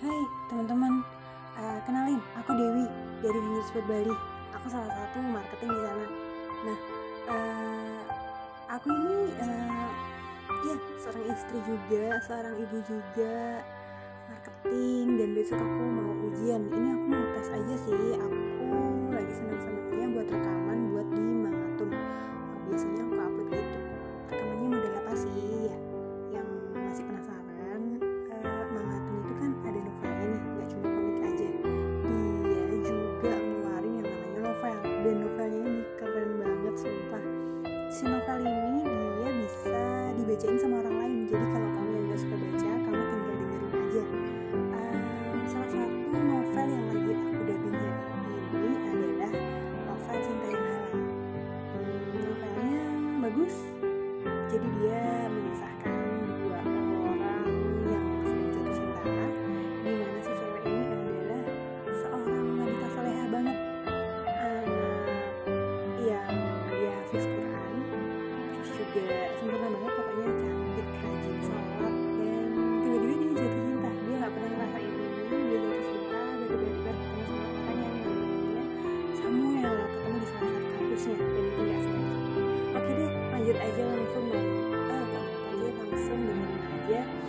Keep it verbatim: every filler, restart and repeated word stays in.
Hai teman-teman, uh, kenalin, aku Dewi dari Ginger Food Bali. Aku salah satu marketing di sana. Nah, uh, aku ini uh, ya seorang istri juga, seorang ibu juga, marketing, dan besok aku mau ujian. Ini aku mau tes aja sih. Aku lagi senang-senangnya buat rekaman buat di Mangatun. Nah, biasanya aku upload gitu. Rekamannya model apa sih ya? Yang masih penasaran, uh, Mangatun itu kan ada novelnya nih, nggak cuma komik aja. Dia juga ngeluarin yang namanya novel, dan novelnya ini keren banget sumpah. Si novel ini dia bisa dibacain sama orang lain. Jadi kalau kamu yang gak suka baca, kamu tinggal dengerin aja. Uh, salah satu novel yang lagi aku dubbingnya ini adalah novel Cinta yang Halal. Hmm, novelnya bagus. Jadi dia mengisahkan dua orang yang sedang jatuh cinta, di mana si cewek ini adalah seorang wanita salehah banget, anak yang dia hafiz Quran, terus juga sempurna banget, pokoknya cantik, rajin sholat, dan tiba-tiba dia jatuh cinta. Dia nggak pernah ngerasain ini, dia jatuh cinta, tiba-tiba ketemu sama orang yang namanya Samuel, ketemu di salah satu kampusnya, dan itu nggak sengaja. Oke deh, lanjut aja langsung, dan ah, kok aja langsung dengerin aja